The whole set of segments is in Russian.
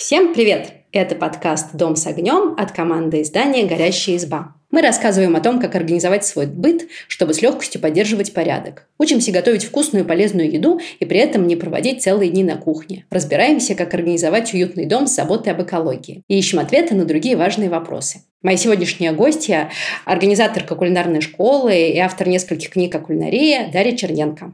Всем привет! Это подкаст «Дом с огнем» от команды издания «Горящая изба». Мы рассказываем о том, как организовать свой быт, чтобы с легкостью поддерживать порядок. Учимся готовить вкусную и полезную еду и при этом не проводить целые дни на кухне. Разбираемся, как организовать уютный дом с заботой об экологии. И ищем ответы на другие важные вопросы. Моя сегодняшняя гостья – организаторка кулинарной школы и автор нескольких книг о кулинарии Дарья Черненко.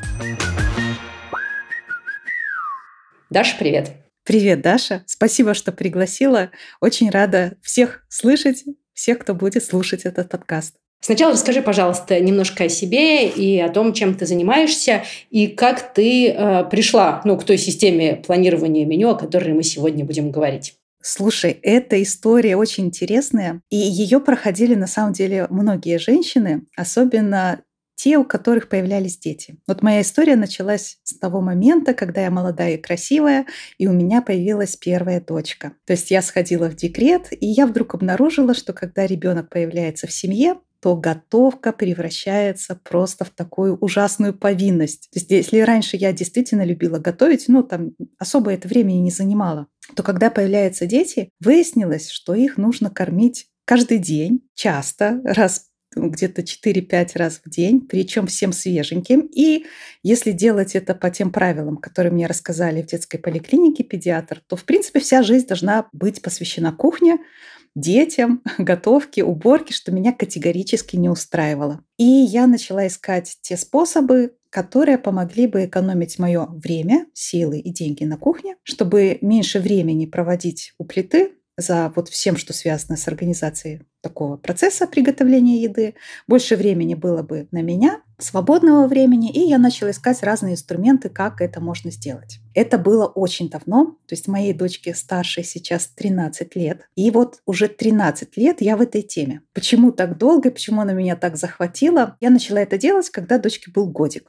Даша, привет! Привет, Даша. Спасибо, что пригласила. Очень рада всех слышать, всех, кто будет слушать этот подкаст. Сначала расскажи, пожалуйста, немножко о себе и о том, чем ты занимаешься, и как ты пришла к той системе планирования меню, о которой мы сегодня будем говорить. Слушай, эта история очень интересная, и ее проходили на самом деле многие женщины, особенно те, у которых появлялись дети. Вот моя история началась с того момента, когда я молодая и красивая, и у меня появилась первая дочка. То есть я сходила в декрет, и я вдруг обнаружила, что когда ребенок появляется в семье, то готовка превращается просто в такую ужасную повинность. То есть если раньше я действительно любила готовить, особо это времени не занимало, то когда появляются дети, выяснилось, что их нужно кормить каждый день, часто, где-то 4-5 раз в день, причем всем свеженьким. И если делать это по тем правилам, которые мне рассказали в детской поликлинике педиатр, то, в принципе, вся жизнь должна быть посвящена кухне, детям, готовке, уборке, что меня категорически не устраивало. И я начала искать те способы, которые помогли бы экономить мое время, силы и деньги на кухне, чтобы меньше времени проводить у плиты за всем, что связано с организацией такого процесса приготовления еды. Больше времени было бы на меня, свободного времени, и я начала искать разные инструменты, как это можно сделать. Это было очень давно, то есть моей дочке старшей сейчас 13 лет, и уже 13 лет я в этой теме. Почему так долго, почему она меня так захватила? Я начала это делать, когда дочке был годик.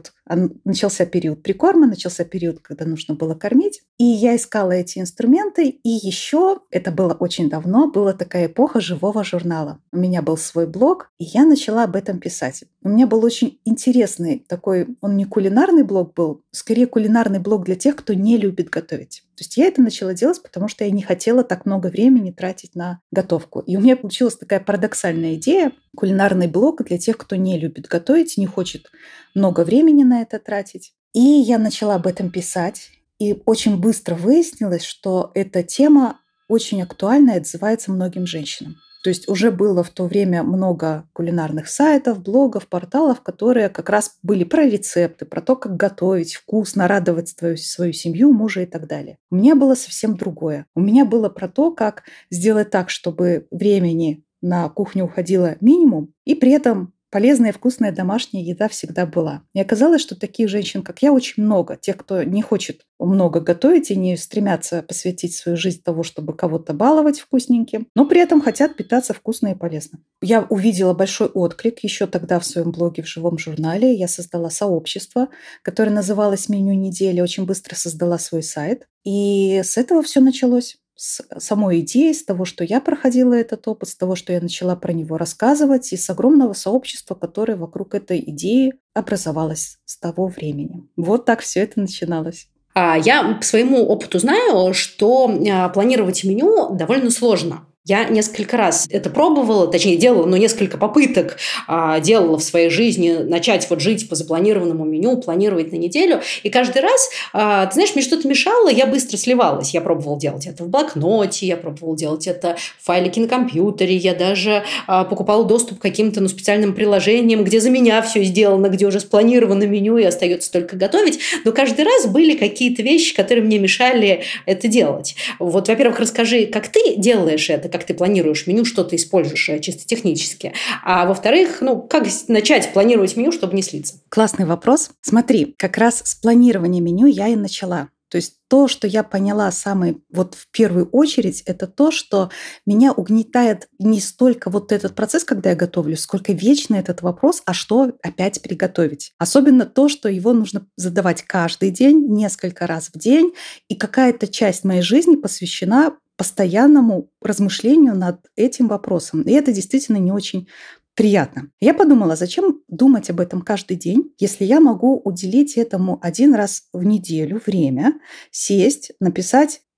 Начался период прикорма, начался период, когда нужно было кормить. И я искала эти инструменты. И еще, это было очень давно, была такая эпоха живого журнала. У меня был свой блог, и я начала об этом писать. У меня был очень интересный такой, он не кулинарный блог был, скорее кулинарный блог для тех, кто не любит готовить. То есть я это начала делать, потому что я не хотела так много времени тратить на готовку. И у меня получилась такая парадоксальная идея. Кулинарный блог для тех, кто не любит готовить, не хочет много времени на это тратить. И я начала об этом писать. И очень быстро выяснилось, что эта тема очень актуальна и отзывается многим женщинам. То есть уже было в то время много кулинарных сайтов, блогов, порталов, которые как раз были про рецепты, про то, как готовить вкусно, радовать свою семью, мужа и так далее. У меня было совсем другое. У меня было про то, как сделать так, чтобы времени на кухню уходило минимум, и при этом полезная и вкусная домашняя еда всегда была. И оказалось, что таких женщин, как я, очень много. Тех, кто не хочет много готовить и не стремятся посвятить свою жизнь того, чтобы кого-то баловать вкусненьким, но при этом хотят питаться вкусно и полезно. Я увидела большой отклик еще тогда в своем блоге в живом журнале. Я создала сообщество, которое называлось «Меню недели», очень быстро создала свой сайт. И с этого все началось. С самой идеи, с того, что я проходила этот опыт, с того, что я начала про него рассказывать, и с огромного сообщества, которое вокруг этой идеи образовалось с того времени. Вот так все это начиналось. Я по своему опыту знаю, что планировать меню довольно сложно. Я несколько раз это пробовала, точнее, делала, несколько попыток делала в своей жизни начать жить по запланированному меню, планировать на неделю. И каждый раз, ты знаешь, мне что-то мешало, я быстро сливалась. Я пробовала делать это в блокноте, я пробовала делать это в файлике на компьютере, я даже покупала доступ к каким-то специальным приложениям, где за меня все сделано, где уже спланировано меню и остается только готовить. Но каждый раз были какие-то вещи, которые мне мешали это делать. Во-первых, расскажи, как ты делаешь это, как ты планируешь меню, что ты используешь чисто технически. А во-вторых, как начать планировать меню, чтобы не слиться? Классный вопрос. Смотри, как раз с планирования меню я и начала. То есть то, что я поняла в первую очередь, это то, что меня угнетает не столько этот процесс, когда я готовлю, сколько вечно этот вопрос, а что опять приготовить. Особенно то, что его нужно задавать каждый день, несколько раз в день, и какая-то часть моей жизни посвящена постоянному размышлению над этим вопросом. И это действительно не очень приятно. Я подумала, зачем думать об этом каждый день, если я могу уделить этому один раз в неделю время, сесть, написать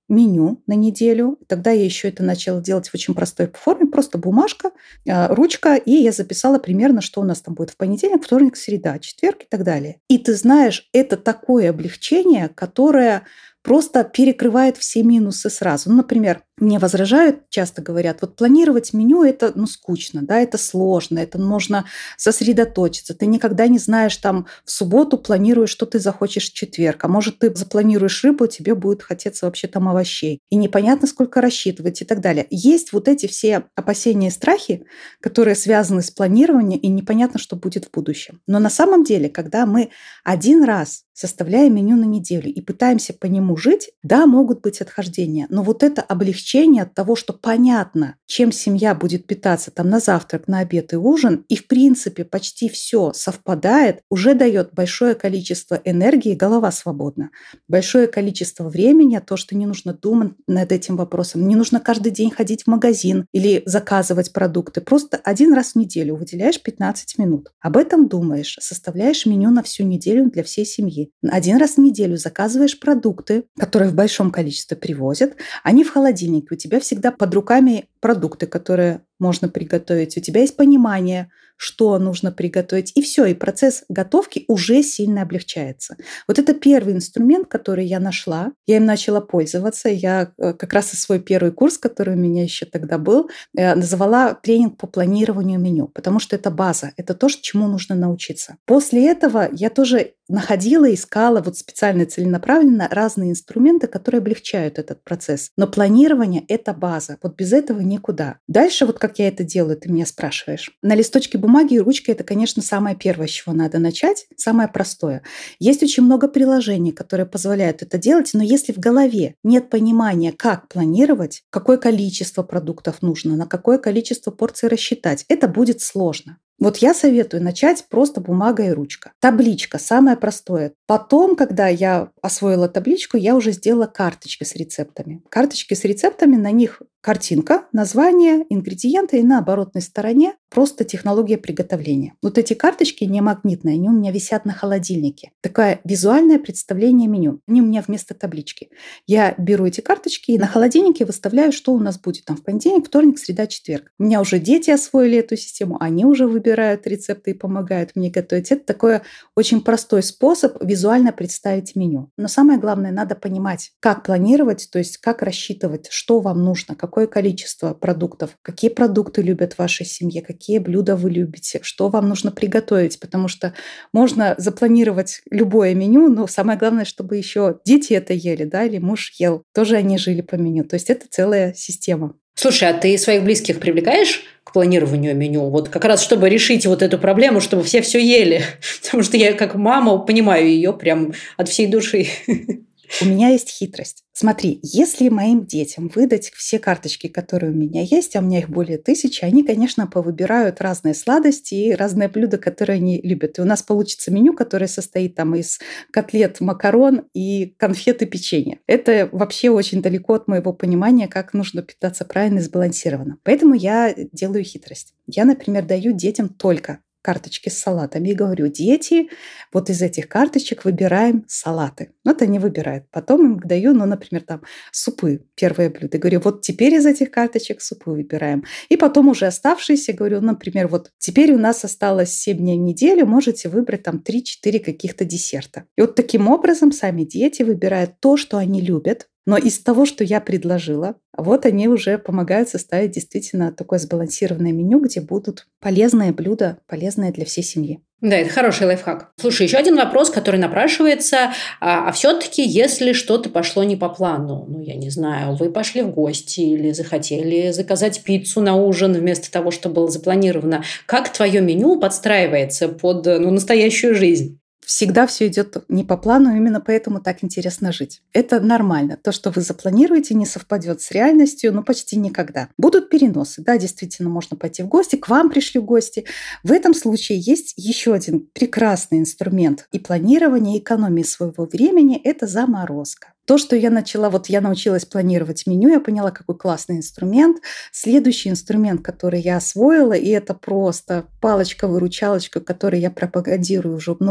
меню на неделю. Тогда я еще это начала делать в очень простой форме. Просто бумажка, ручка, и я записала примерно, что у нас там будет в понедельник, вторник, среда, четверг и так далее. И ты знаешь, это такое облегчение, которое просто перекрывает все минусы сразу. Ну, например, мне возражают, часто говорят, вот планировать меню – это скучно, да, это сложно, это нужно сосредоточиться. Ты никогда не знаешь, там, в субботу планируешь, что ты захочешь в четверг, а может, ты запланируешь рыбу, тебе будет хотеться вообще там овощей. И непонятно, сколько рассчитывать и так далее. Есть вот эти все опасения и страхи, которые связаны с планированием, и непонятно, что будет в будущем. Но на самом деле, когда мы один раз составляем меню на неделю и пытаемся по нему жить, да, могут быть отхождения, но вот это облегчение от того, что понятно, чем семья будет питаться там на завтрак, на обед и ужин, и в принципе почти все совпадает, уже дает большое количество энергии, голова свободна, большое количество времени, то, что не нужно думать над этим вопросом, не нужно каждый день ходить в магазин или заказывать продукты, просто один раз в неделю выделяешь 15 минут. Об этом думаешь, составляешь меню на всю неделю для всей семьи. Один раз в неделю заказываешь продукты, которые в большом количестве привозят. Они в холодильнике. У тебя всегда под руками продукты, которые можно приготовить. У тебя есть понимание, что нужно приготовить. И все, и процесс готовки уже сильно облегчается. Вот это первый инструмент, который я нашла. Я им начала пользоваться. Я как раз и свой первый курс, который у меня еще тогда был, называла тренинг по планированию меню, потому что это база, это то, чему нужно научиться. После этого я тоже находила, искала вот специально целенаправленно разные инструменты, которые облегчают этот процесс. Но планирование – это база. Вот без этого никуда. Дальше, вот как я это делаю, ты меня спрашиваешь. На листочке бумаги и ручкой – это, конечно, самое первое, с чего надо начать, самое простое. Есть очень много приложений, которые позволяют это делать, но если в голове нет понимания, как планировать, какое количество продуктов нужно, на какое количество порций рассчитать, это будет сложно. Вот я советую начать просто бумага и ручка. Табличка – самое простое. Потом, когда я освоила табличку, я уже сделала карточки с рецептами. Карточки с рецептами, на них картинка, название, ингредиенты, и на оборотной стороне просто технология приготовления. Вот эти карточки не магнитные, они у меня висят на холодильнике. Такое визуальное представление меню. Они у меня вместо таблички. Я беру эти карточки и на холодильнике выставляю, что у нас будет там в понедельник, вторник, среда, четверг. У меня уже дети освоили эту систему, они уже выбирают рецепты и помогают мне готовить. Это такой очень простой способ визуально представить меню. Но самое главное, надо понимать, как планировать, то есть как рассчитывать, что вам нужно, какое количество продуктов, какие продукты любят в вашей семье, какие блюда вы любите, что вам нужно приготовить, потому что можно запланировать любое меню, но самое главное, чтобы еще дети это ели, да, или муж ел, тоже они жили по меню. То есть это целая система. Слушай, а ты своих близких привлекаешь к планированию меню? Вот как раз, чтобы решить вот эту проблему, чтобы все ели. Потому что я как мама понимаю ее прям от всей души. У меня есть хитрость. Смотри, если моим детям выдать все карточки, которые у меня есть, а у меня их более 1000, они, конечно, повыбирают разные сладости и разные блюда, которые они любят. И у нас получится меню, которое состоит там из котлет, макарон и конфет и печенья. Это вообще очень далеко от моего понимания, как нужно питаться правильно и сбалансированно. Поэтому я делаю хитрость. Я, например, даю детям только карточки с салатами и говорю: дети, вот из этих карточек выбираем салаты. Вот они выбирают. Потом им даю, например, там супы, первое блюдо. И говорю: вот теперь из этих карточек супы выбираем. И потом уже оставшиеся говорю: например, вот теперь у нас осталось 7 дней в неделю, можете выбрать там 3-4 каких-то десерта. И вот таким образом сами дети выбирают то, что они любят, но из того, что я предложила, вот они уже помогают составить действительно такое сбалансированное меню, где будут полезные блюда, полезные для всей семьи. Да, это хороший лайфхак. Слушай, еще один вопрос, который напрашивается. А все-таки, если что-то пошло не по плану, я не знаю, вы пошли в гости или захотели заказать пиццу на ужин вместо того, что было запланировано, как твое меню подстраивается под настоящую жизнь? Всегда все идет не по плану, именно поэтому так интересно жить. Это нормально. То, что вы запланируете, не совпадет с реальностью, почти никогда. Будут переносы. Да, действительно, можно пойти в гости, к вам пришли в гости. В этом случае есть еще один прекрасный инструмент и планирования, и экономии своего времени – это заморозка. То, что я начала, я научилась планировать меню, я поняла, какой классный инструмент. Следующий инструмент, который я освоила, и это просто палочка-выручалочка, который я пропагандирую уже много лет,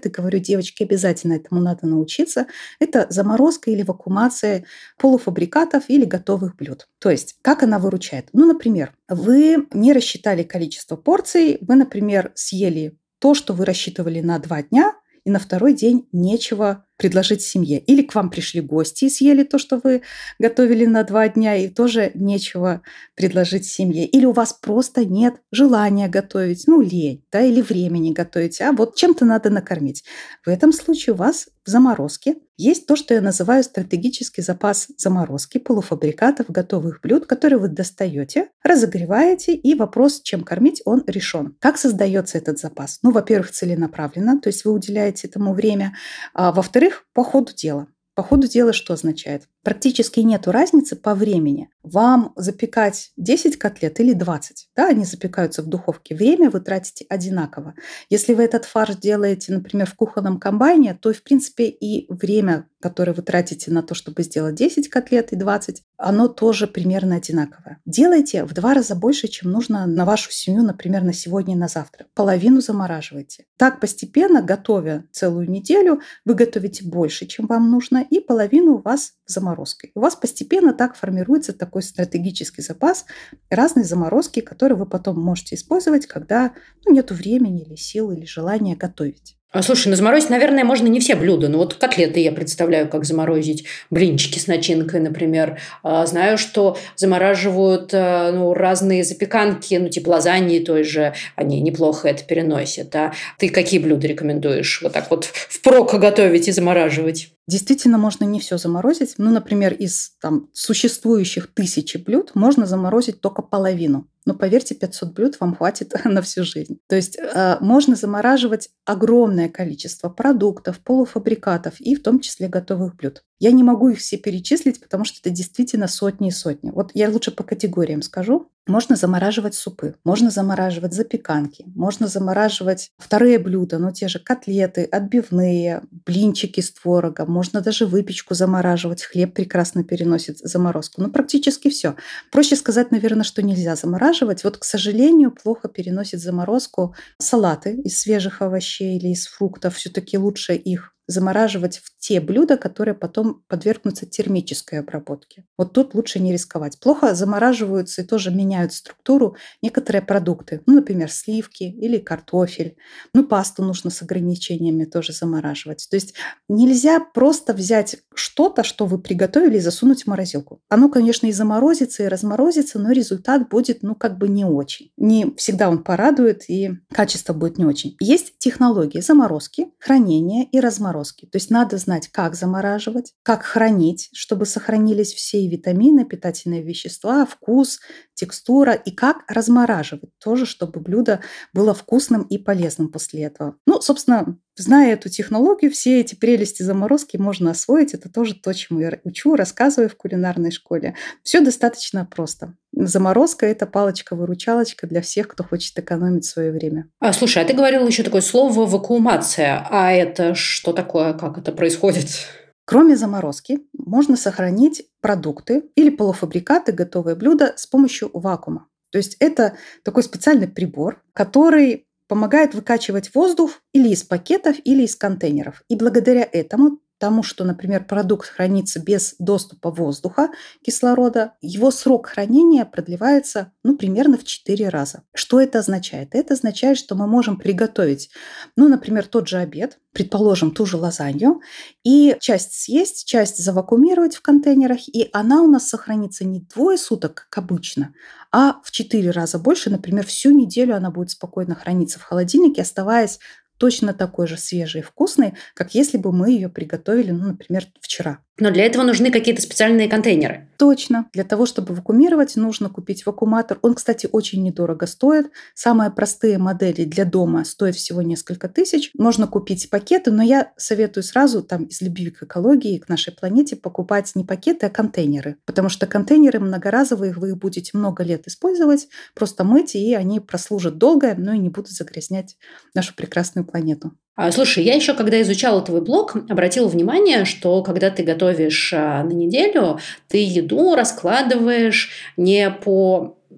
и говорю, девочки, обязательно этому надо научиться, это заморозка или вакуумация полуфабрикатов или готовых блюд. То есть, как она выручает? Ну, например, вы не рассчитали количество порций, вы, например, съели то, что вы рассчитывали на 2 дня, и на второй день нечего предложить семье. Или к вам пришли гости и съели то, что вы готовили на 2 дня, и тоже нечего предложить семье. Или у вас просто нет желания готовить, лень, да, или времени готовить, а вот чем-то надо накормить. В этом случае у вас в заморозке есть то, что я называю стратегический запас заморозки полуфабрикатов, готовых блюд, которые вы достаете, разогреваете, и вопрос, чем кормить, он решен. Как создается этот запас? Во-первых, целенаправленно, то есть вы уделяете этому время, а во-вторых, по ходу дела. По ходу дела что означает? Практически нету разницы по времени. Вам запекать 10 котлет или 20. Да, они запекаются в духовке. Время вы тратите одинаково. Если вы этот фарш делаете, например, в кухонном комбайне, то, в принципе, и время, которое вы тратите на то, чтобы сделать 10 котлет и 20, оно тоже примерно одинаковое. Делайте в 2 раза больше, чем нужно на вашу семью, например, на сегодня и на завтра. Половину замораживайте. Так постепенно, готовя целую неделю, вы готовите больше, чем вам нужно, и половину у вас заморозкой. У вас постепенно так формируется такой стратегический запас разной заморозки, которые вы потом можете использовать, когда нету времени или сил или желания готовить. Слушай, заморозить, наверное, можно не все блюда. Вот котлеты я представляю, как заморозить. Блинчики с начинкой, например. Знаю, что замораживают разные запеканки, типа лазаньи той же. Они неплохо это переносят. А ты какие блюда рекомендуешь? Вот так вот впрок готовить и замораживать? Действительно, можно не все заморозить. Например, из существующих 1000 блюд можно заморозить только половину. Но поверьте, 500 блюд вам хватит на всю жизнь. То есть можно замораживать огромное количество продуктов, полуфабрикатов и в том числе готовых блюд. Я не могу их все перечислить, потому что это действительно сотни и сотни. Вот я лучше по категориям скажу. Можно замораживать супы, можно замораживать запеканки, можно замораживать вторые блюда, те же котлеты, отбивные, блинчики с творогом, можно даже выпечку замораживать, хлеб прекрасно переносит заморозку. Практически все. Проще сказать, наверное, что нельзя замораживать. Вот, к сожалению, плохо переносит заморозку салаты из свежих овощей или из фруктов. Все-таки лучше их замораживать в те блюда, которые потом подвергнутся термической обработке. Вот тут лучше не рисковать. Плохо замораживаются и тоже меняют структуру некоторые продукты. Например, сливки или картофель. Пасту нужно с ограничениями тоже замораживать. То есть нельзя просто взять что-то, что вы приготовили, и засунуть в морозилку. Оно, конечно, и заморозится, и разморозится, но результат будет, не очень. Не всегда он порадует, и качество будет не очень. Есть технологии заморозки, хранения и разморозки. То есть надо знать, как замораживать, как хранить, чтобы сохранились все витамины, питательные вещества, вкус, текстура, и как размораживать тоже, чтобы блюдо было вкусным и полезным после этого. Собственно, зная эту технологию, все эти прелести заморозки можно освоить. Это тоже то, чему я учу, рассказываю в кулинарной школе. Все достаточно просто. Заморозка – это палочка-выручалочка для всех, кто хочет экономить свое время. Слушай, а ты говорила еще такое слово «вакуумация». А это что такое? Как это происходит? Кроме заморозки, можно сохранить продукты или полуфабрикаты, готовые блюда с помощью вакуума. То есть это такой специальный прибор, который помогает выкачивать воздух или из пакетов, или из контейнеров. И благодаря этому, тому, что, например, продукт хранится без доступа воздуха, кислорода, его срок хранения продлевается примерно в 4 раза. Что это означает? Это означает, что мы можем приготовить, например, тот же обед, предположим, ту же лазанью, и часть съесть, часть завакуумировать в контейнерах, и она у нас сохранится не 2 суток, как обычно, а в 4 раза больше. Например, всю неделю она будет спокойно храниться в холодильнике, оставаясь точно такой же свежей и вкусной, как если бы мы ее приготовили, например, вчера. Но для этого нужны какие-то специальные контейнеры. Точно. Для того, чтобы вакуумировать, нужно купить вакууматор. Он, кстати, очень недорого стоит. Самые простые модели для дома стоят всего несколько тысяч. Можно купить пакеты, но я советую сразу из любви к экологии, к нашей планете покупать не пакеты, а контейнеры. Потому что контейнеры многоразовые, вы их будете много лет использовать, просто мыть, и они прослужат долго, но и не будут загрязнять нашу прекрасную планету. Слушай, я еще, когда изучала твой блог, обратила внимание, что когда ты готовишь на неделю, ты еду раскладываешь не по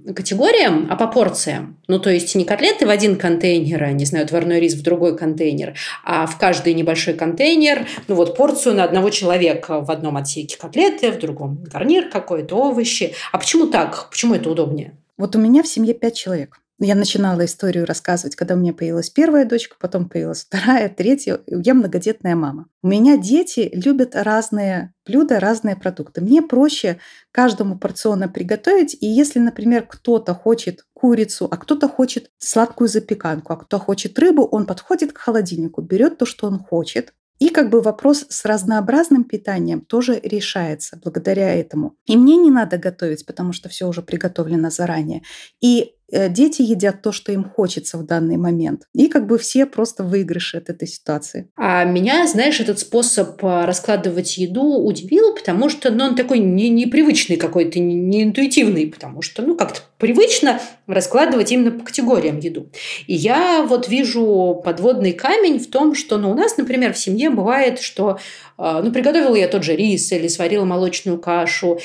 категориям, а по порциям. Ну, то есть не котлеты в один контейнер, а, не знаю, отварной рис в другой контейнер, а в каждый небольшой контейнер, ну вот порцию на одного человека. В одном отсеке котлеты, в другом гарнир какой-то, овощи. А почему так? Почему это удобнее? Вот у меня в семье 5 человек. Я начинала историю рассказывать, когда у меня появилась первая дочка, потом появилась вторая, третья. Я многодетная мама. У меня дети любят разные блюда, разные продукты. Мне проще каждому порционно приготовить. И если, например, кто-то хочет курицу, а кто-то хочет сладкую запеканку, а кто хочет рыбу, он подходит к холодильнику, берет то, что он хочет. И как бы вопрос с разнообразным питанием тоже решается благодаря этому. И мне не надо готовить, потому что все уже приготовлено заранее. И дети едят то, что им хочется в данный момент. И как бы все просто выигрыши от этой ситуации. А меня, знаешь, этот способ раскладывать еду удивил, потому что он такой непривычный какой-то, не интуитивный, потому что как-то привычно раскладывать именно по категориям еду. И я вот вижу подводный камень в том, что у нас, например, в семье бывает, что приготовила я тот же рис или сварила молочную кашу,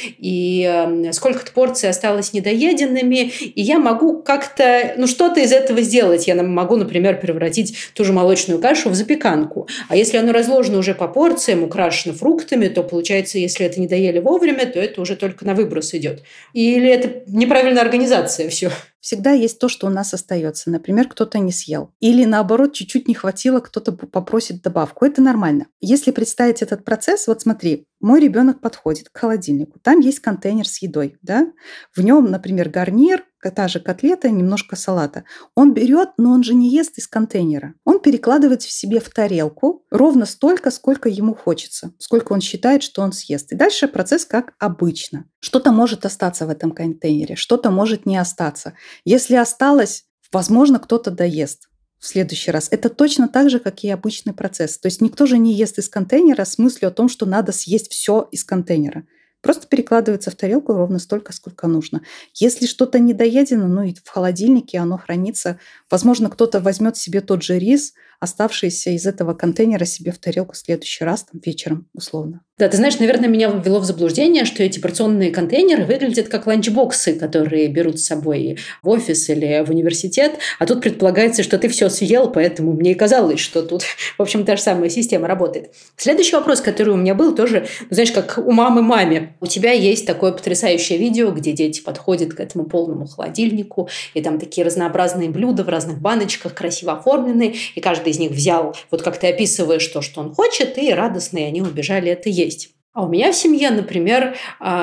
и сколько-то порций осталось недоеденными, и я могу как-то, что-то из этого сделать. Я могу, например, превратить ту же молочную кашу в запеканку. А если оно разложено уже по порциям, украшено фруктами, то получается, если это не доели вовремя, то это уже только на выброс идет. Или это неправильная организация все. Всегда есть то, что у нас остается. Например, кто-то не съел. Или наоборот, чуть-чуть не хватило, кто-то попросит добавку. Это нормально. Если представить этот процесс, вот смотри, мой ребенок подходит к холодильнику. Там есть контейнер с едой. Да? В нем, например, гарнир, та же котлета, немножко салата. Он берет, но он же не ест из контейнера. Он перекладывает в себе в тарелку ровно столько, сколько ему хочется, сколько он считает, что он съест. И дальше процесс как обычно. Что-то может остаться в этом контейнере, что-то может не остаться. Если осталось, возможно, кто-то доест в следующий раз. Это точно так же, как и обычный процесс. То есть никто же не ест из контейнера с мыслью о том, что надо съесть все из контейнера. Просто перекладывается в тарелку ровно столько, сколько нужно. Если что-то недоедено, и в холодильнике оно хранится, возможно, кто-то возьмет себе тот же рис, оставшийся из этого контейнера, себе в тарелку в следующий раз, вечером, условно. Да, ты знаешь, наверное, меня ввело в заблуждение, что эти порционные контейнеры выглядят как ланчбоксы, которые берут с собой в офис или в университет, а тут предполагается, что ты все съел, поэтому мне и казалось, что тут, в общем, та же самая система работает. Следующий вопрос, который у меня был, тоже, знаешь, как у мамы маме. У тебя есть такое потрясающее видео, где дети подходят к этому полному холодильнику, и там такие разнообразные блюда в разных баночках, красиво оформленные, и каждый из них взял, вот как ты описываешь то, что он хочет, и радостные они убежали это есть. А у меня в семье, например,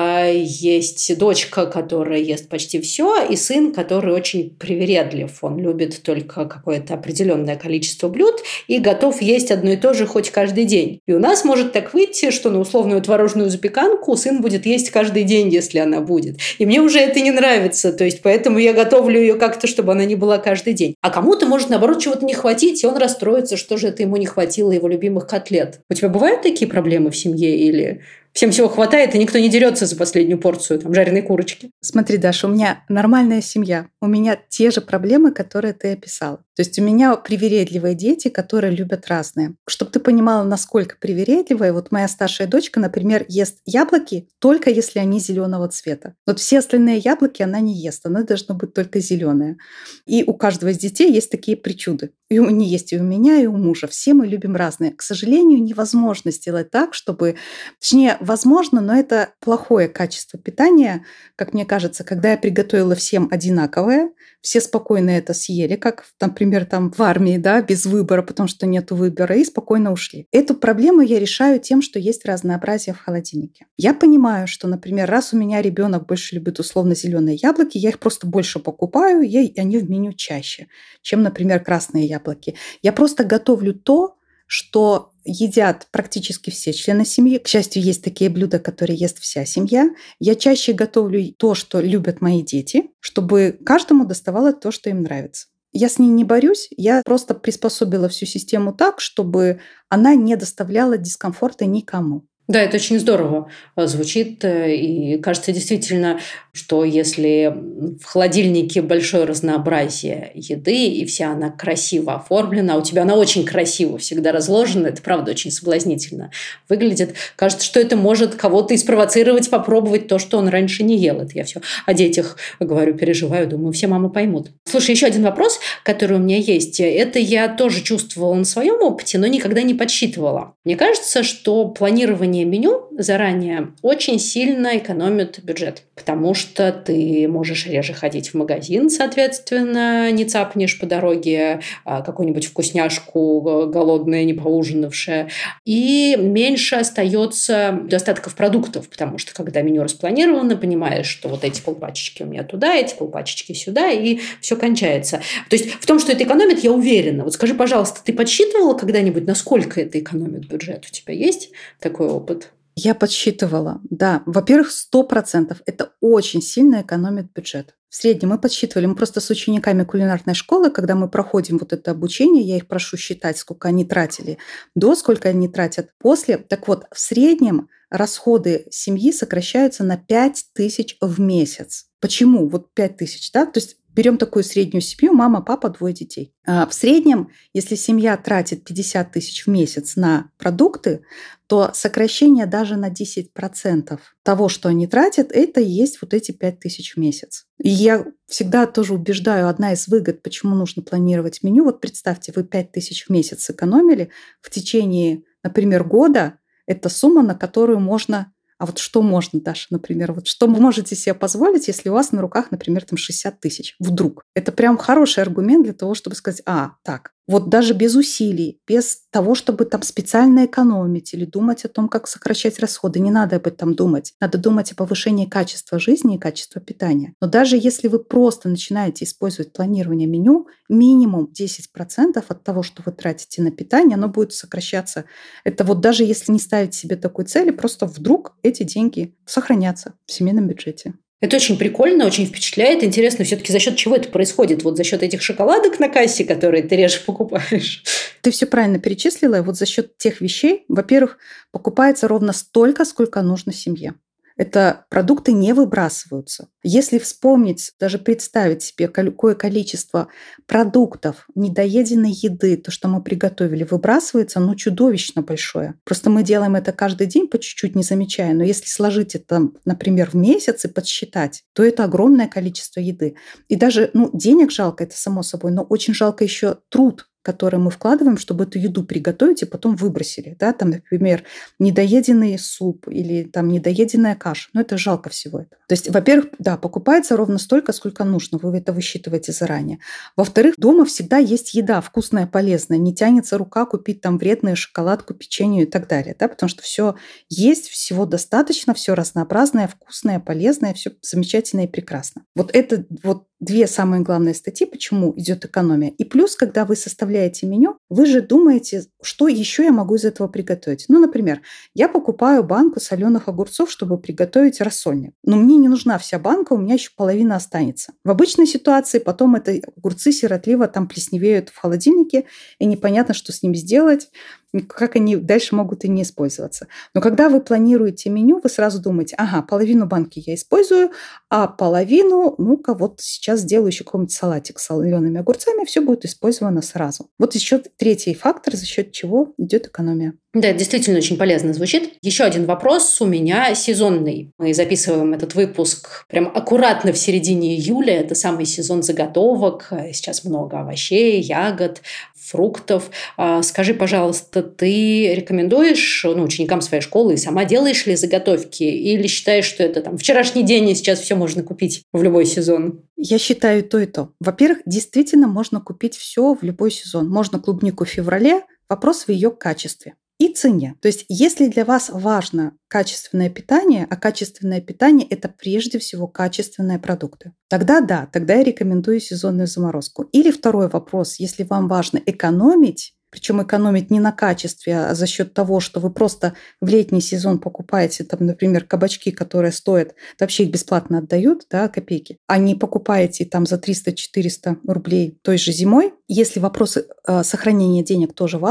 есть дочка, которая ест почти все, и сын, который очень привередлив. Он любит только какое-то определенное количество блюд и готов есть одно и то же хоть каждый день. И у нас может так выйти, что на условную творожную запеканку сын будет есть каждый день, если она будет. И мне уже это не нравится, то есть поэтому я готовлю ее как-то, чтобы она не была каждый день. А кому-то может, наоборот, чего-то не хватить, и он расстроится, что же это ему не хватило его любимых котлет. У тебя бывают такие проблемы в семье или... Всем всего хватает, и никто не дерется за последнюю порцию жареной курочки? Смотри, Даша, у меня нормальная семья. У меня те же проблемы, которые ты описала. То есть у меня привередливые дети, которые любят разные. Чтобы ты понимала, насколько привередливые, вот моя старшая дочка, например, ест яблоки только если они зеленого цвета. Вот все остальные яблоки она не ест, она должна быть только зеленая. И у каждого из детей есть такие причуды. И они есть и у меня, и у мужа. Все мы любим разные. К сожалению, невозможно сделать так, чтобы... Точнее, возможно, но это плохое качество питания, как мне кажется, когда я приготовила всем одинаковое, все спокойно это съели, как, например, в армии, без выбора, потому что нет выбора, и спокойно ушли. Эту проблему я решаю тем, что есть разнообразие в холодильнике. Я понимаю, что, например, раз у меня ребенок больше любит условно зеленые яблоки, я их просто больше покупаю, и они в меню чаще, чем, например, красные яблоки. Я просто готовлю то, что едят практически все члены семьи. К счастью, есть такие блюда, которые ест вся семья. Я чаще готовлю то, что любят мои дети, чтобы каждому доставало то, что им нравится. Я с ней не борюсь, я просто приспособила всю систему так, чтобы она не доставляла дискомфорта никому. Да, это очень здорово звучит. И кажется действительно, что если в холодильнике большое разнообразие еды, и вся она красиво оформлена, а у тебя она очень красиво всегда разложена, это правда очень соблазнительно выглядит. Кажется, что это может кого-то и спровоцировать попробовать то, что он раньше не ел. Это я все о детях говорю, переживаю, думаю, все мамы поймут. Слушай, еще один вопрос, который у меня есть. Это я тоже чувствовала на своем опыте, но никогда не подсчитывала. Мне кажется, что планирование меню заранее очень сильно экономит бюджет, потому что ты можешь реже ходить в магазин, соответственно, не цапнешь по дороге какую-нибудь вкусняшку голодная, не поужинавшая, и меньше остается достатков продуктов, потому что когда меню распланировано, понимаешь, что вот эти полпачечки у меня туда, эти полпачечки сюда, и все кончается. То есть в том, что это экономит, я уверена. Вот скажи, пожалуйста, ты подсчитывала когда-нибудь, насколько это экономит бюджет? У тебя есть такой опыт? Я подсчитывала, да. Во-первых, 100%. Это очень сильно экономит бюджет. В среднем мы подсчитывали, мы просто с учениками кулинарной школы, когда мы проходим вот это обучение, я их прошу считать, сколько они тратили, до сколько они тратят после. Так вот, в среднем расходы семьи сокращаются на 5 000 в месяц. Почему? Вот 5 000, да? То есть берем такую среднюю семью, мама, папа, 2 детей. В среднем, если семья тратит 50 000 в месяц на продукты, то сокращение даже на 10% того, что они тратят, это и есть вот эти 5 000 в месяц. И я всегда тоже убеждаю, одна из выгод, почему нужно планировать меню. Вот представьте, вы 5 000 в месяц сэкономили в течение, например, года. Это сумма, на которую можно... А вот что можно, Даша, например, вот что вы можете себе позволить, если у вас на руках, например, там 60 000 вдруг? Это прям хороший аргумент для того, чтобы сказать, так, вот даже без усилий, без того, чтобы там специально экономить или думать о том, как сокращать расходы, не надо об этом думать. Надо думать о повышении качества жизни и качества питания. Но даже если вы просто начинаете использовать планирование меню, минимум 10% от того, что вы тратите на питание, оно будет сокращаться. Это вот даже если не ставить себе такой цели, просто вдруг эти деньги сохранятся в семейном бюджете. Это очень прикольно, очень впечатляет. Интересно, все-таки за счет чего это происходит? Вот за счет этих шоколадок на кассе, которые ты реже покупаешь? Ты все правильно перечислила. Вот за счет тех вещей, во-первых, покупается ровно столько, сколько нужно семье. Это продукты не выбрасываются. Если вспомнить, даже представить себе, какое количество продуктов, недоеденной еды, то, что мы приготовили, выбрасывается, чудовищно большое. Просто мы делаем это каждый день по чуть-чуть, не замечая. Но если сложить это, например, в месяц и подсчитать, то это огромное количество еды. И даже, денег жалко, это само собой, но очень жалко еще труд, которые мы вкладываем, чтобы эту еду приготовить и потом выбросили. Да? Там, например, недоеденный суп или там недоеденная каша. Это жалко всего этого. То есть, во-первых, да, покупается ровно столько, сколько нужно. Вы это высчитываете заранее. Во-вторых, дома всегда есть еда вкусная, полезная. Не тянется рука купить там вредную шоколадку, печенье и так далее. Да? Потому что все есть, всего достаточно, все разнообразное, вкусное, полезное, все замечательно и прекрасно. Вот это вот 2 самые главные статьи, почему идет экономия. И плюс, когда вы составляете меню, вы же думаете, что еще я могу из этого приготовить. Например, я покупаю банку соленых огурцов, чтобы приготовить рассольник. Но мне не нужна вся банка, у меня еще половина останется. В обычной ситуации потом это огурцы сиротливо там плесневеют в холодильнике, и непонятно, что с ними сделать, как они дальше могут и не использоваться. Но когда вы планируете меню, вы сразу думаете, половину банки я использую, а половину, вот сейчас сделаю еще какой-нибудь салатик с солеными огурцами, все будет использовано сразу. Вот еще 3-й фактор, за счет чего идет экономия. Да, это действительно очень полезно звучит. Еще один вопрос у меня сезонный. Мы записываем этот выпуск прям аккуратно в середине июля. Это самый сезон заготовок. Сейчас много овощей, ягод, фруктов. Скажи, пожалуйста, ты рекомендуешь ученикам своей школы и сама делаешь ли заготовки? Или считаешь, что это там вчерашний день, и сейчас все можно купить в любой сезон? Я считаю и то, и то. Во-первых, действительно можно купить все в любой сезон. Можно клубнику в феврале. Вопрос в ее качестве и цене. То есть, если для вас важно качественное питание, а качественное питание – это прежде всего качественные продукты, тогда да, тогда я рекомендую сезонную заморозку. Или второй вопрос, если вам важно экономить, причем экономить не на качестве, а за счет того, что вы просто в летний сезон покупаете, там, например, кабачки, которые стоят, вообще их бесплатно отдают, да, копейки, а не покупаете там за 300-400 рублей той же зимой. Если вопрос сохранения денег тоже важен,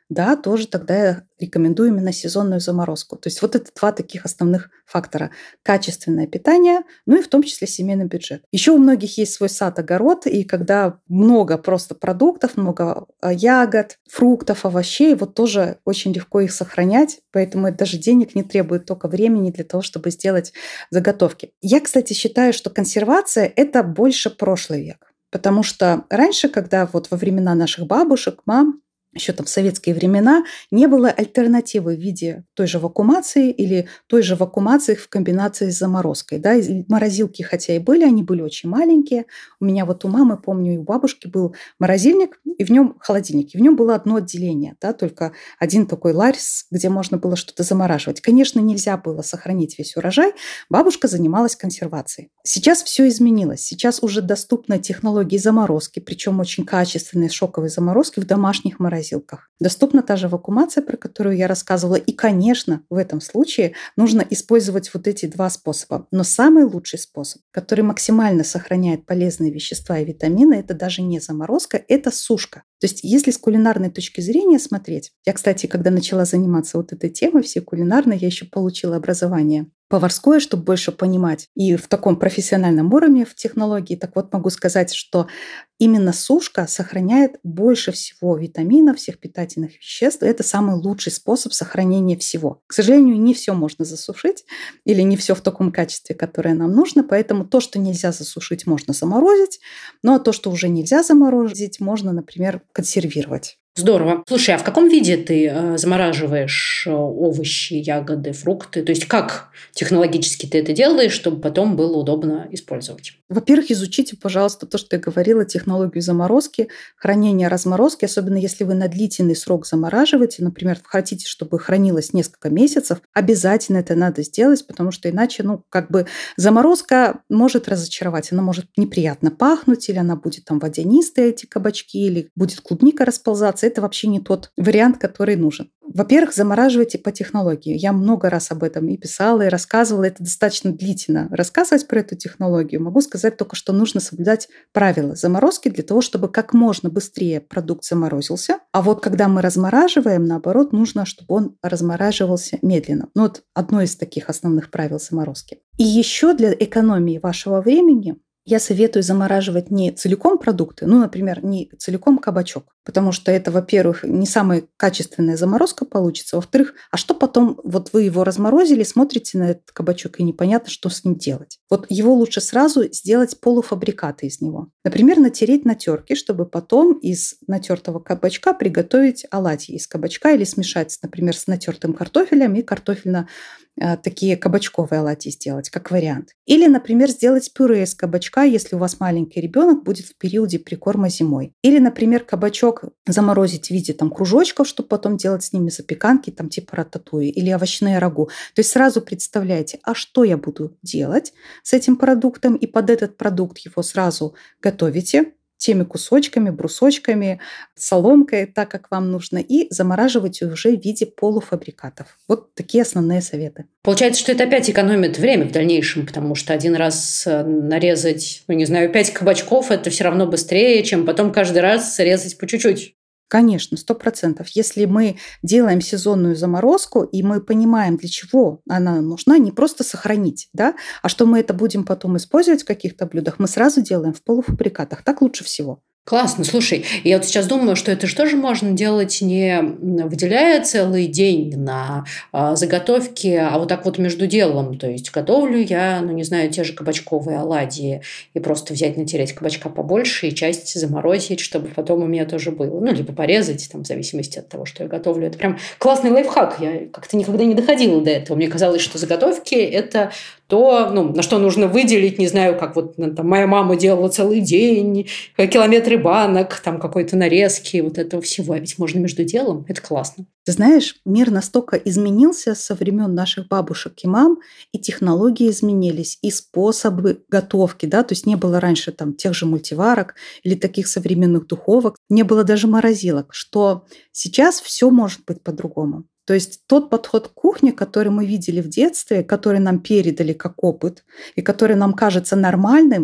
да, тоже тогда я рекомендую именно сезонную заморозку. То есть вот это два таких основных фактора. Качественное питание, ну и в том числе семейный бюджет. Еще у многих есть свой сад, огород, и когда много просто продуктов, много ягод, фруктов, овощей, вот тоже очень легко их сохранять, поэтому это даже денег не требует, только времени для того, чтобы сделать заготовки. Я, кстати, считаю, что консервация – это больше прошлый век. Потому что раньше, когда вот во времена наших бабушек, мам, еще там в советские времена, не было альтернативы в виде той же вакуумации или той же вакуумации в комбинации с заморозкой. Да? И морозилки, хотя и были, они были очень маленькие. У меня вот у мамы, помню, и у бабушки был морозильник, и в нем холодильник. И в нем было одно отделение, да, только один такой ларь, где можно было что-то замораживать. Конечно, нельзя было сохранить весь урожай. Бабушка занималась консервацией. Сейчас все изменилось. Сейчас уже доступны технологии заморозки, причем очень качественные шоковые заморозки в домашних морозилках. Доступна та же вакуумация, про которую я рассказывала. И, конечно, в этом случае нужно использовать вот эти два способа. Но самый лучший способ, который максимально сохраняет полезные вещества и витамины, это даже не заморозка, это сушка. То есть если с кулинарной точки зрения смотреть, я, кстати, когда начала заниматься вот этой темой всей кулинарной, я еще получила образование поварское, чтобы больше понимать и в таком профессиональном уровне в технологии. Так вот, могу сказать, что именно сушка сохраняет больше всего витаминов, всех питательных веществ. Это самый лучший способ сохранения всего. К сожалению, не все можно засушить или не все в таком качестве, которое нам нужно. Поэтому то, что нельзя засушить, можно заморозить. Ну а то, что уже нельзя заморозить, можно, например, консервировать. Здорово. Слушай, а в каком виде ты замораживаешь овощи, ягоды, фрукты? То есть как технологически ты это делаешь, чтобы потом было удобно использовать? Во-первых, изучите, пожалуйста, то, что я говорила, технологию заморозки, хранения, разморозки, особенно если вы на длительный срок замораживаете, например, хотите, чтобы хранилось несколько месяцев, обязательно это надо сделать, потому что иначе, заморозка может разочаровать, она может неприятно пахнуть, или она будет там водянистая, эти кабачки, или будет клубника расползаться. Это вообще не тот вариант, который нужен. Во-первых, замораживайте по технологии. Я много раз об этом и писала, и рассказывала. Это достаточно длительно рассказывать про эту технологию. Могу сказать только, что нужно соблюдать правила заморозки для того, чтобы как можно быстрее продукт заморозился. А вот когда мы размораживаем, наоборот, нужно, чтобы он размораживался медленно. Вот одно из таких основных правил заморозки. И еще для экономии вашего времени я советую замораживать не целиком продукты, например, не целиком кабачок, потому что это, во-первых, не самая качественная заморозка получится, во-вторых, а что потом, вот вы его разморозили, смотрите на этот кабачок и непонятно, что с ним делать. Вот его лучше сразу сделать полуфабрикаты из него. Например, натереть на терке, чтобы потом из натертого кабачка приготовить оладьи из кабачка или смешать, например, с натертым картофелем и картофельно такие кабачковые оладьи сделать, как вариант. Или, например, сделать пюре из кабачка, если у вас маленький ребенок будет в периоде прикорма зимой. Или, например, кабачок заморозить в виде кружочков, чтобы потом делать с ними запеканки, типа рататуи, или овощные рагу. То есть сразу представляете, а что я буду делать с этим продуктом, и под этот продукт его сразу готовите теми кусочками, брусочками, соломкой, так как вам нужно, и замораживать уже в виде полуфабрикатов. Вот такие основные советы. Получается, что это опять экономит время в дальнейшем, потому что один раз нарезать, 5 кабачков, это все равно быстрее, чем потом каждый раз резать по чуть-чуть. Конечно, 100%. Если мы делаем сезонную заморозку, и мы понимаем, для чего она нужна, не просто сохранить, да, а что мы это будем потом использовать в каких-то блюдах, мы сразу делаем в полуфабрикатах. Так лучше всего. Классно. Слушай, я вот сейчас думаю, что это же тоже можно делать, не выделяя целый день на заготовки, а вот так вот между делом. То есть готовлю я, те же кабачковые оладьи, и просто взять, натереть кабачка побольше и часть заморозить, чтобы потом у меня тоже было. Либо порезать, в зависимости от того, что я готовлю. Это прям классный лайфхак. Я как-то никогда не доходила до этого. Мне казалось, что заготовки – это то, на что нужно выделить, не знаю, как моя мама делала целый день, километры банок, какой-то нарезки, вот этого всего. А ведь можно между делом. Это классно. Ты знаешь, мир настолько изменился со времен наших бабушек и мам, и технологии изменились, и способы готовки, да, то есть не было раньше тех же мультиварок или таких современных духовок, не было даже морозилок, что сейчас все может быть по-другому. То есть тот подход к кухне, который мы видели в детстве, который нам передали как опыт и который нам кажется нормальным,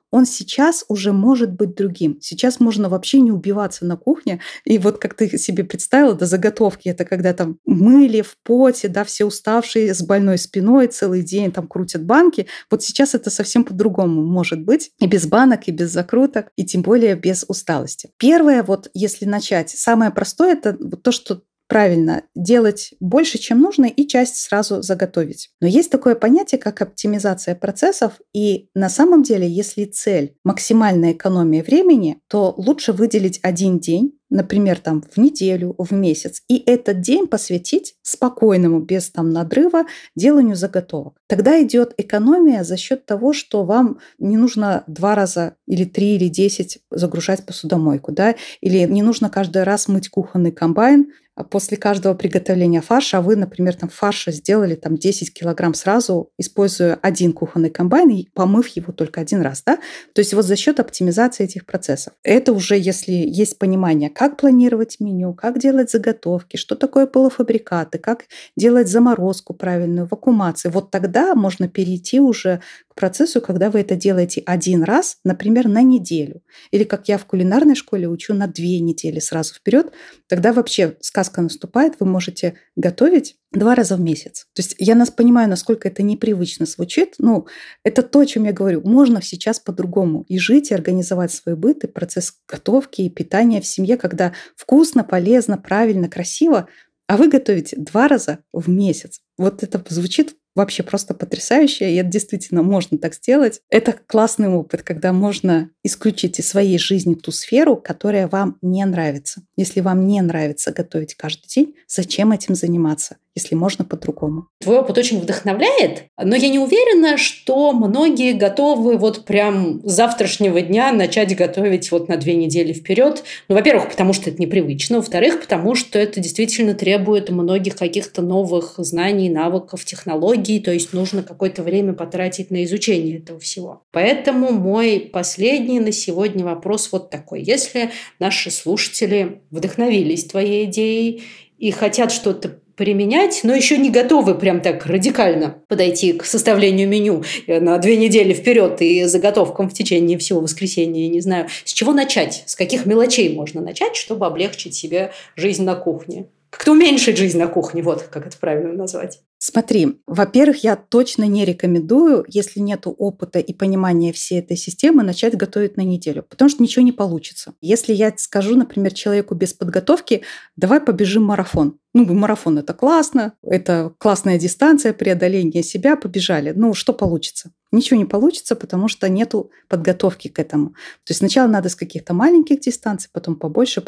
он сейчас уже может быть другим. Сейчас можно вообще не убиваться на кухне. И вот как ты себе представила, до заготовки, это когда там мыли в поте, да, все уставшие, с больной спиной, целый день там крутят банки. Вот сейчас это совсем по-другому может быть. И без банок, и без закруток, и тем более без усталости. Первое, вот если начать, самое простое, это вот то, что правильно делать больше, чем нужно, и часть сразу заготовить. Но есть такое понятие, как оптимизация процессов, и на самом деле, если цель максимальная экономия времени, то лучше выделить один день, например, там в неделю, в месяц, и этот день посвятить спокойному, без там надрыва, деланию заготовок. Тогда идет экономия за счет того, что вам не нужно 2 раза или 3 или 10 загружать посудомойку, да, или не нужно каждый раз мыть кухонный комбайн после каждого приготовления фарша, а вы, например, там фарша сделали там 10 килограмм сразу, используя один кухонный комбайн и помыв его только один раз, да. То есть вот за счет оптимизации этих процессов. Это уже если есть понимание, как планировать меню, как делать заготовки, что такое полуфабрикаты, как делать заморозку правильную, вакуумацию. Вот тогда можно перейти уже к процессу, когда вы это делаете один раз, например, на неделю. Или как я в кулинарной школе учу на 2 недели сразу вперед. Тогда вообще сказка наступает, вы можете готовить 2 раза в месяц. То есть я нас понимаю, насколько это непривычно звучит. Ну, это то, о чем я говорю. Можно сейчас по-другому и жить, и организовать свой быт, и процесс готовки, и питания в семье, когда вкусно, полезно, правильно, красиво, а вы готовите 2 раза в месяц. Вот это звучит вообще просто потрясающе, и это действительно можно так сделать. Это классный опыт, когда можно исключить из своей жизни ту сферу, которая вам не нравится. Если вам не нравится готовить каждый день, зачем этим заниматься, если можно по-другому? Твой опыт очень вдохновляет, но я не уверена, что многие готовы вот прям с завтрашнего дня начать готовить вот на 2 недели вперед. Ну, во-первых, потому что это непривычно, во-вторых, потому что это действительно требует многих каких-то новых знаний, навыков, технологий, то есть нужно какое-то время потратить на изучение этого всего. Поэтому мой последний на сегодня вопрос вот такой. Если наши слушатели вдохновились твоей идеей и хотят что-то применять, но еще не готовы прям так радикально подойти к составлению меню на 2 недели вперед и заготовкам в течение всего воскресенья, я не знаю, с чего начать, с каких мелочей можно начать, чтобы облегчить себе жизнь на кухне. Как-то уменьшить жизнь на кухне, вот как это правильно назвать. Смотри, во-первых, я точно не рекомендую, если нет опыта и понимания всей этой системы, начать готовить на неделю, потому что ничего не получится. Если я скажу, например, человеку без подготовки, давай побежим марафон. Ну, марафон – это классно, это классная дистанция, преодоление себя, побежали. Ну, что получится? Ничего не получится, потому что нету подготовки к этому. То есть сначала надо с каких-то маленьких дистанций, потом побольше,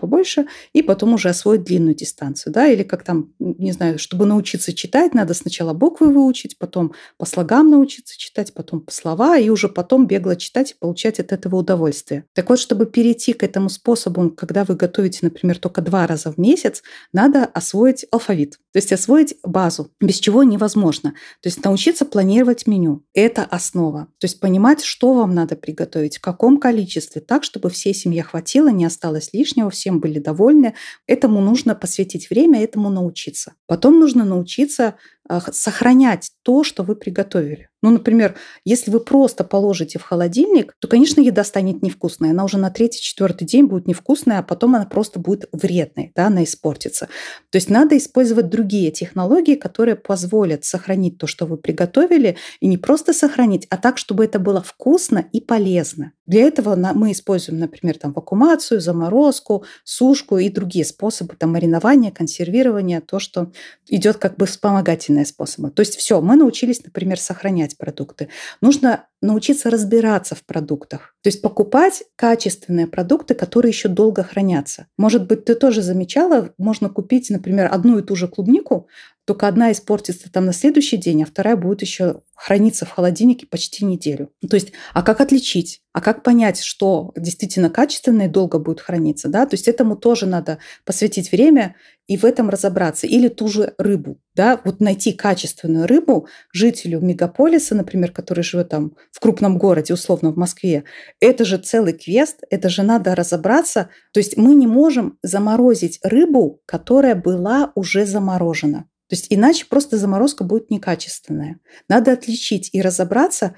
и потом уже освоить длинную дистанцию. Да? Или как там, не знаю, чтобы научиться читать, надо сначала буквы выучить, потом по слогам научиться читать, потом по слова, и уже потом бегло читать и получать от этого удовольствие. Так вот, чтобы перейти к этому способу, когда вы готовите, например, только 2 раза в месяц, надо освоить алфавит, то есть освоить базу, без чего невозможно. То есть научиться планировать меню. Это основа. То есть понимать, что вам надо приготовить, в каком количестве, так, чтобы всей семье хватило, не осталось лишнего, всем были довольны. Этому нужно посвятить время, этому научиться. Потом нужно научиться сохранять то, что вы приготовили. Ну, например, если вы просто положите в холодильник, то, конечно, еда станет невкусной. Она уже на 3-4 день будет невкусная, а потом она просто будет вредной, да, она испортится. То есть надо использовать другие технологии, которые позволят сохранить то, что вы приготовили, и не просто сохранить, а так, чтобы это было вкусно и полезно. Для этого мы используем, например, там, вакуумацию, заморозку, сушку и другие способы там, маринования, консервирования, то, что идет как бы вспомогательные способы. То есть все, мы научились, например, сохранять продукты. Нужно научиться разбираться в продуктах. То есть покупать качественные продукты, которые еще долго хранятся. Может быть, ты тоже замечала, можно купить, например, одну и ту же клубнику, только одна испортится там на следующий день, а вторая будет еще храниться в холодильнике почти неделю. То есть, а как отличить? А как понять, что действительно качественное и долго будет храниться? Да? То есть этому тоже надо посвятить время и в этом разобраться. Или ту же рыбу. Да? Вот найти качественную рыбу жителю мегаполиса, например, который живет там в крупном городе, условно в Москве, это же целый квест, это же надо разобраться. То есть мы не можем заморозить рыбу, которая была уже заморожена. То есть иначе просто заморозка будет некачественная. Надо отличить и разобраться,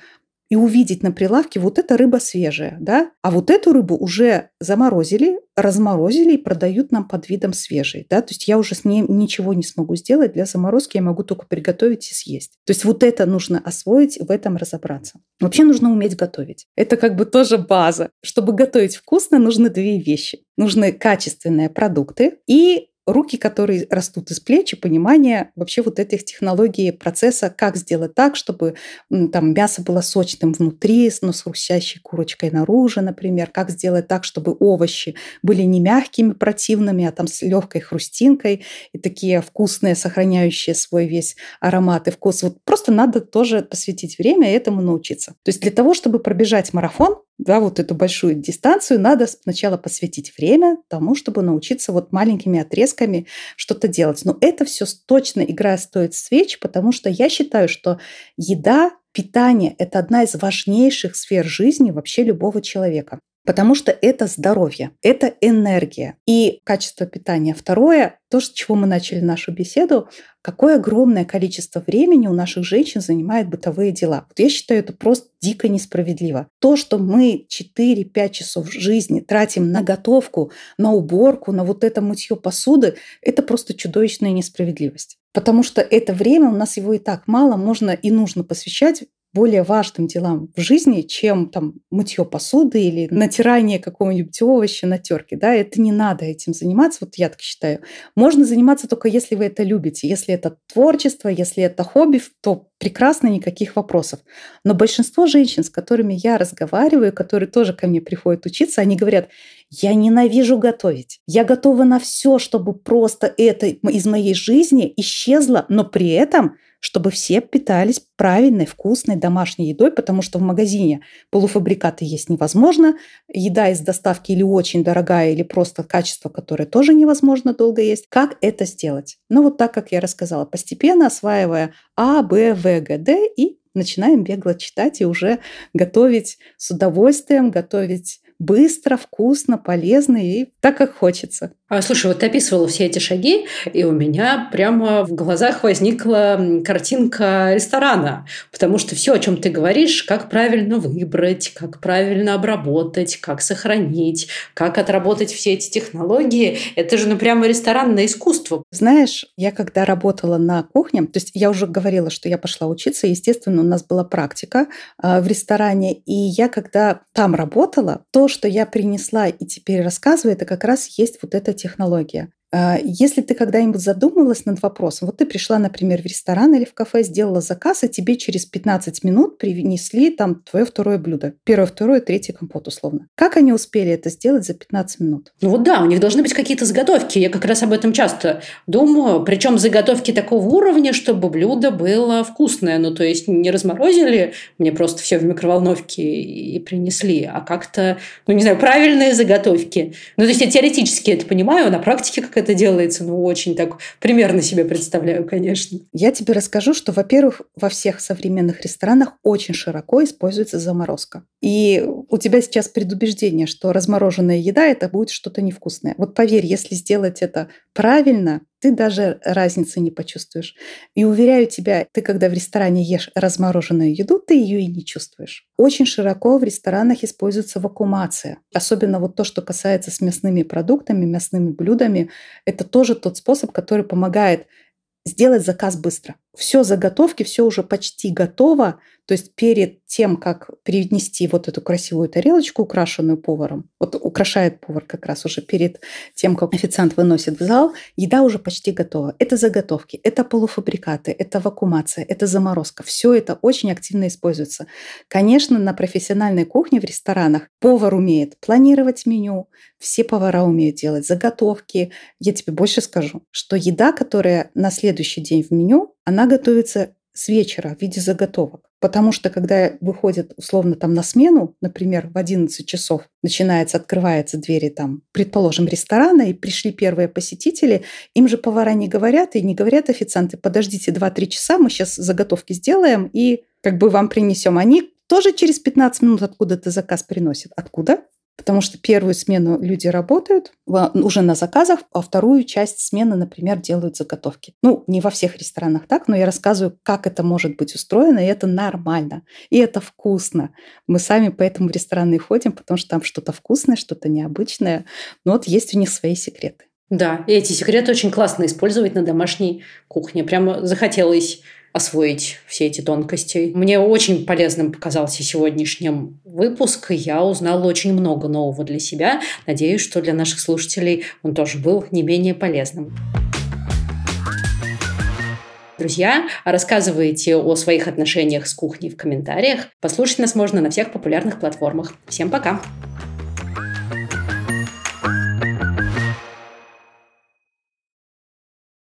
и увидеть на прилавке, вот эта рыба свежая, да, а вот эту рыбу уже заморозили, разморозили и продают нам под видом свежей, да, то есть я уже с ней ничего не смогу сделать для заморозки, я могу только приготовить и съесть. То есть вот это нужно освоить, в этом разобраться. Вообще нужно уметь готовить. Это как бы тоже база. Чтобы готовить вкусно, нужны две вещи. Нужны качественные продукты и руки, которые растут из плеч, и понимание вообще вот этих технологий процесса, как сделать так, чтобы там мясо было сочным внутри, но с хрустящей курочкой наружу, например, как сделать так, чтобы овощи были не мягкими, противными, а там с легкой хрустинкой и такие вкусные, сохраняющие свой весь аромат и вкус. Вот просто надо тоже посвятить время и этому научиться. То есть для того, чтобы пробежать марафон, да, вот эту большую дистанцию, надо сначала посвятить время тому, чтобы научиться вот маленькими отрезками что-то делать. Но это все точно игра стоит свеч, потому что я считаю, что еда, питание – это одна из важнейших сфер жизни вообще любого человека. Потому что это здоровье, это энергия и качество питания. Второе, то, с чего мы начали нашу беседу, какое огромное количество времени у наших женщин занимает бытовые дела. Вот я считаю, это просто дико несправедливо. То, что мы 4-5 часов жизни тратим на готовку, на уборку, на вот это мытье посуды, это просто чудовищная несправедливость. Потому что это время, у нас его и так мало, можно и нужно посвящать более важным делам в жизни, чем там мытье посуды или натирание какого-нибудь овоща на терке. Да? Это не надо этим заниматься, вот я так считаю. Можно заниматься только если вы это любите. Если это творчество, если это хобби, то прекрасно, никаких вопросов. Но большинство женщин, с которыми я разговариваю, которые тоже ко мне приходят учиться, они говорят: я ненавижу готовить. Я готова на все, чтобы просто это из моей жизни исчезло, но при этом чтобы все питались правильной, вкусной домашней едой, потому что в магазине полуфабрикаты есть невозможно, еда из доставки или очень дорогая, или просто качество, которое тоже невозможно долго есть. Как это сделать? Ну вот так, как я рассказала, постепенно осваивая А, Б, В, Г, Д и начинаем бегло читать и уже готовить с удовольствием, готовить быстро, вкусно, полезно и так, как хочется. Слушай, вот ты описывала все эти шаги, и у меня прямо в глазах возникла картинка ресторана, потому что все, о чем ты говоришь, как правильно выбрать, как правильно обработать, как сохранить, как отработать все эти технологии, это же прямо ресторанное искусство. Знаешь, я когда работала на кухне, то есть я уже говорила, что я пошла учиться, естественно, у нас была практика в ресторане, и я когда там работала, то, что я принесла и теперь рассказываю, это как раз есть вот эта технология. Если ты когда-нибудь задумалась над вопросом, вот ты пришла, например, в ресторан или в кафе, сделала заказ, и тебе через 15 минут принесли там твое второе блюдо. Первое, второе, третье компот условно. Как они успели это сделать за 15 минут? Ну вот да, у них должны быть какие-то заготовки. Я как раз об этом часто думаю. Причем заготовки такого уровня, чтобы блюдо было вкусное. Ну то есть не разморозили мне просто все в микроволновке и принесли, а как-то, ну не знаю, правильные заготовки. Ну то есть я теоретически это понимаю, на практике как это делается, ну, очень так примерно себе представляю, конечно. Я тебе расскажу, что, во-первых, во всех современных ресторанах очень широко используется заморозка. И у тебя сейчас предубеждение, что размороженная еда – это будет что-то невкусное. Вот поверь, если сделать это правильно, ты даже разницы не почувствуешь. И уверяю тебя, ты когда в ресторане ешь размороженную еду, ты ее и не чувствуешь. Очень широко в ресторанах используется вакуумация. Особенно вот то, что касается с мясными продуктами, мясными блюдами. Это тоже тот способ, который помогает сделать заказ быстро. Все заготовки, все уже почти готово. То есть перед тем, как принести вот эту красивую тарелочку, украшенную поваром, вот украшает повар как раз уже перед тем, как официант выносит в зал, еда уже почти готова. Это заготовки, это полуфабрикаты, это вакуумация, это заморозка. Все это очень активно используется. Конечно, на профессиональной кухне в ресторанах повар умеет планировать меню, все повара умеют делать заготовки. Я тебе больше скажу, что еда, которая на следующий день в меню, она готовится с вечера в виде заготовок. Потому что когда выходят условно там на смену, например, в 11 часов открываются двери там, предположим, ресторана, и пришли первые посетители, им же повара не говорят, и не говорят официанты: подождите 2-3 часа, мы сейчас заготовки сделаем и как бы вам принесем. Они тоже через 15 минут откуда-то заказ приносят. Откуда? Потому что первую смену люди работают уже на заказах, а вторую часть смены, например, делают заготовки. Не во всех ресторанах так, но я рассказываю, как это может быть устроено, и это нормально, и это вкусно. Мы сами поэтому в рестораны ходим, потому что там что-то вкусное, что-то необычное, но есть у них свои секреты. Да, и эти секреты очень классно использовать на домашней кухне. Прямо захотелось освоить все эти тонкости. Мне очень полезным показался сегодняшний выпуск, и я узнала очень много нового для себя. Надеюсь, что для наших слушателей он тоже был не менее полезным. Друзья, рассказывайте о своих отношениях с кухней в комментариях. Послушать нас можно на всех популярных платформах. Всем пока!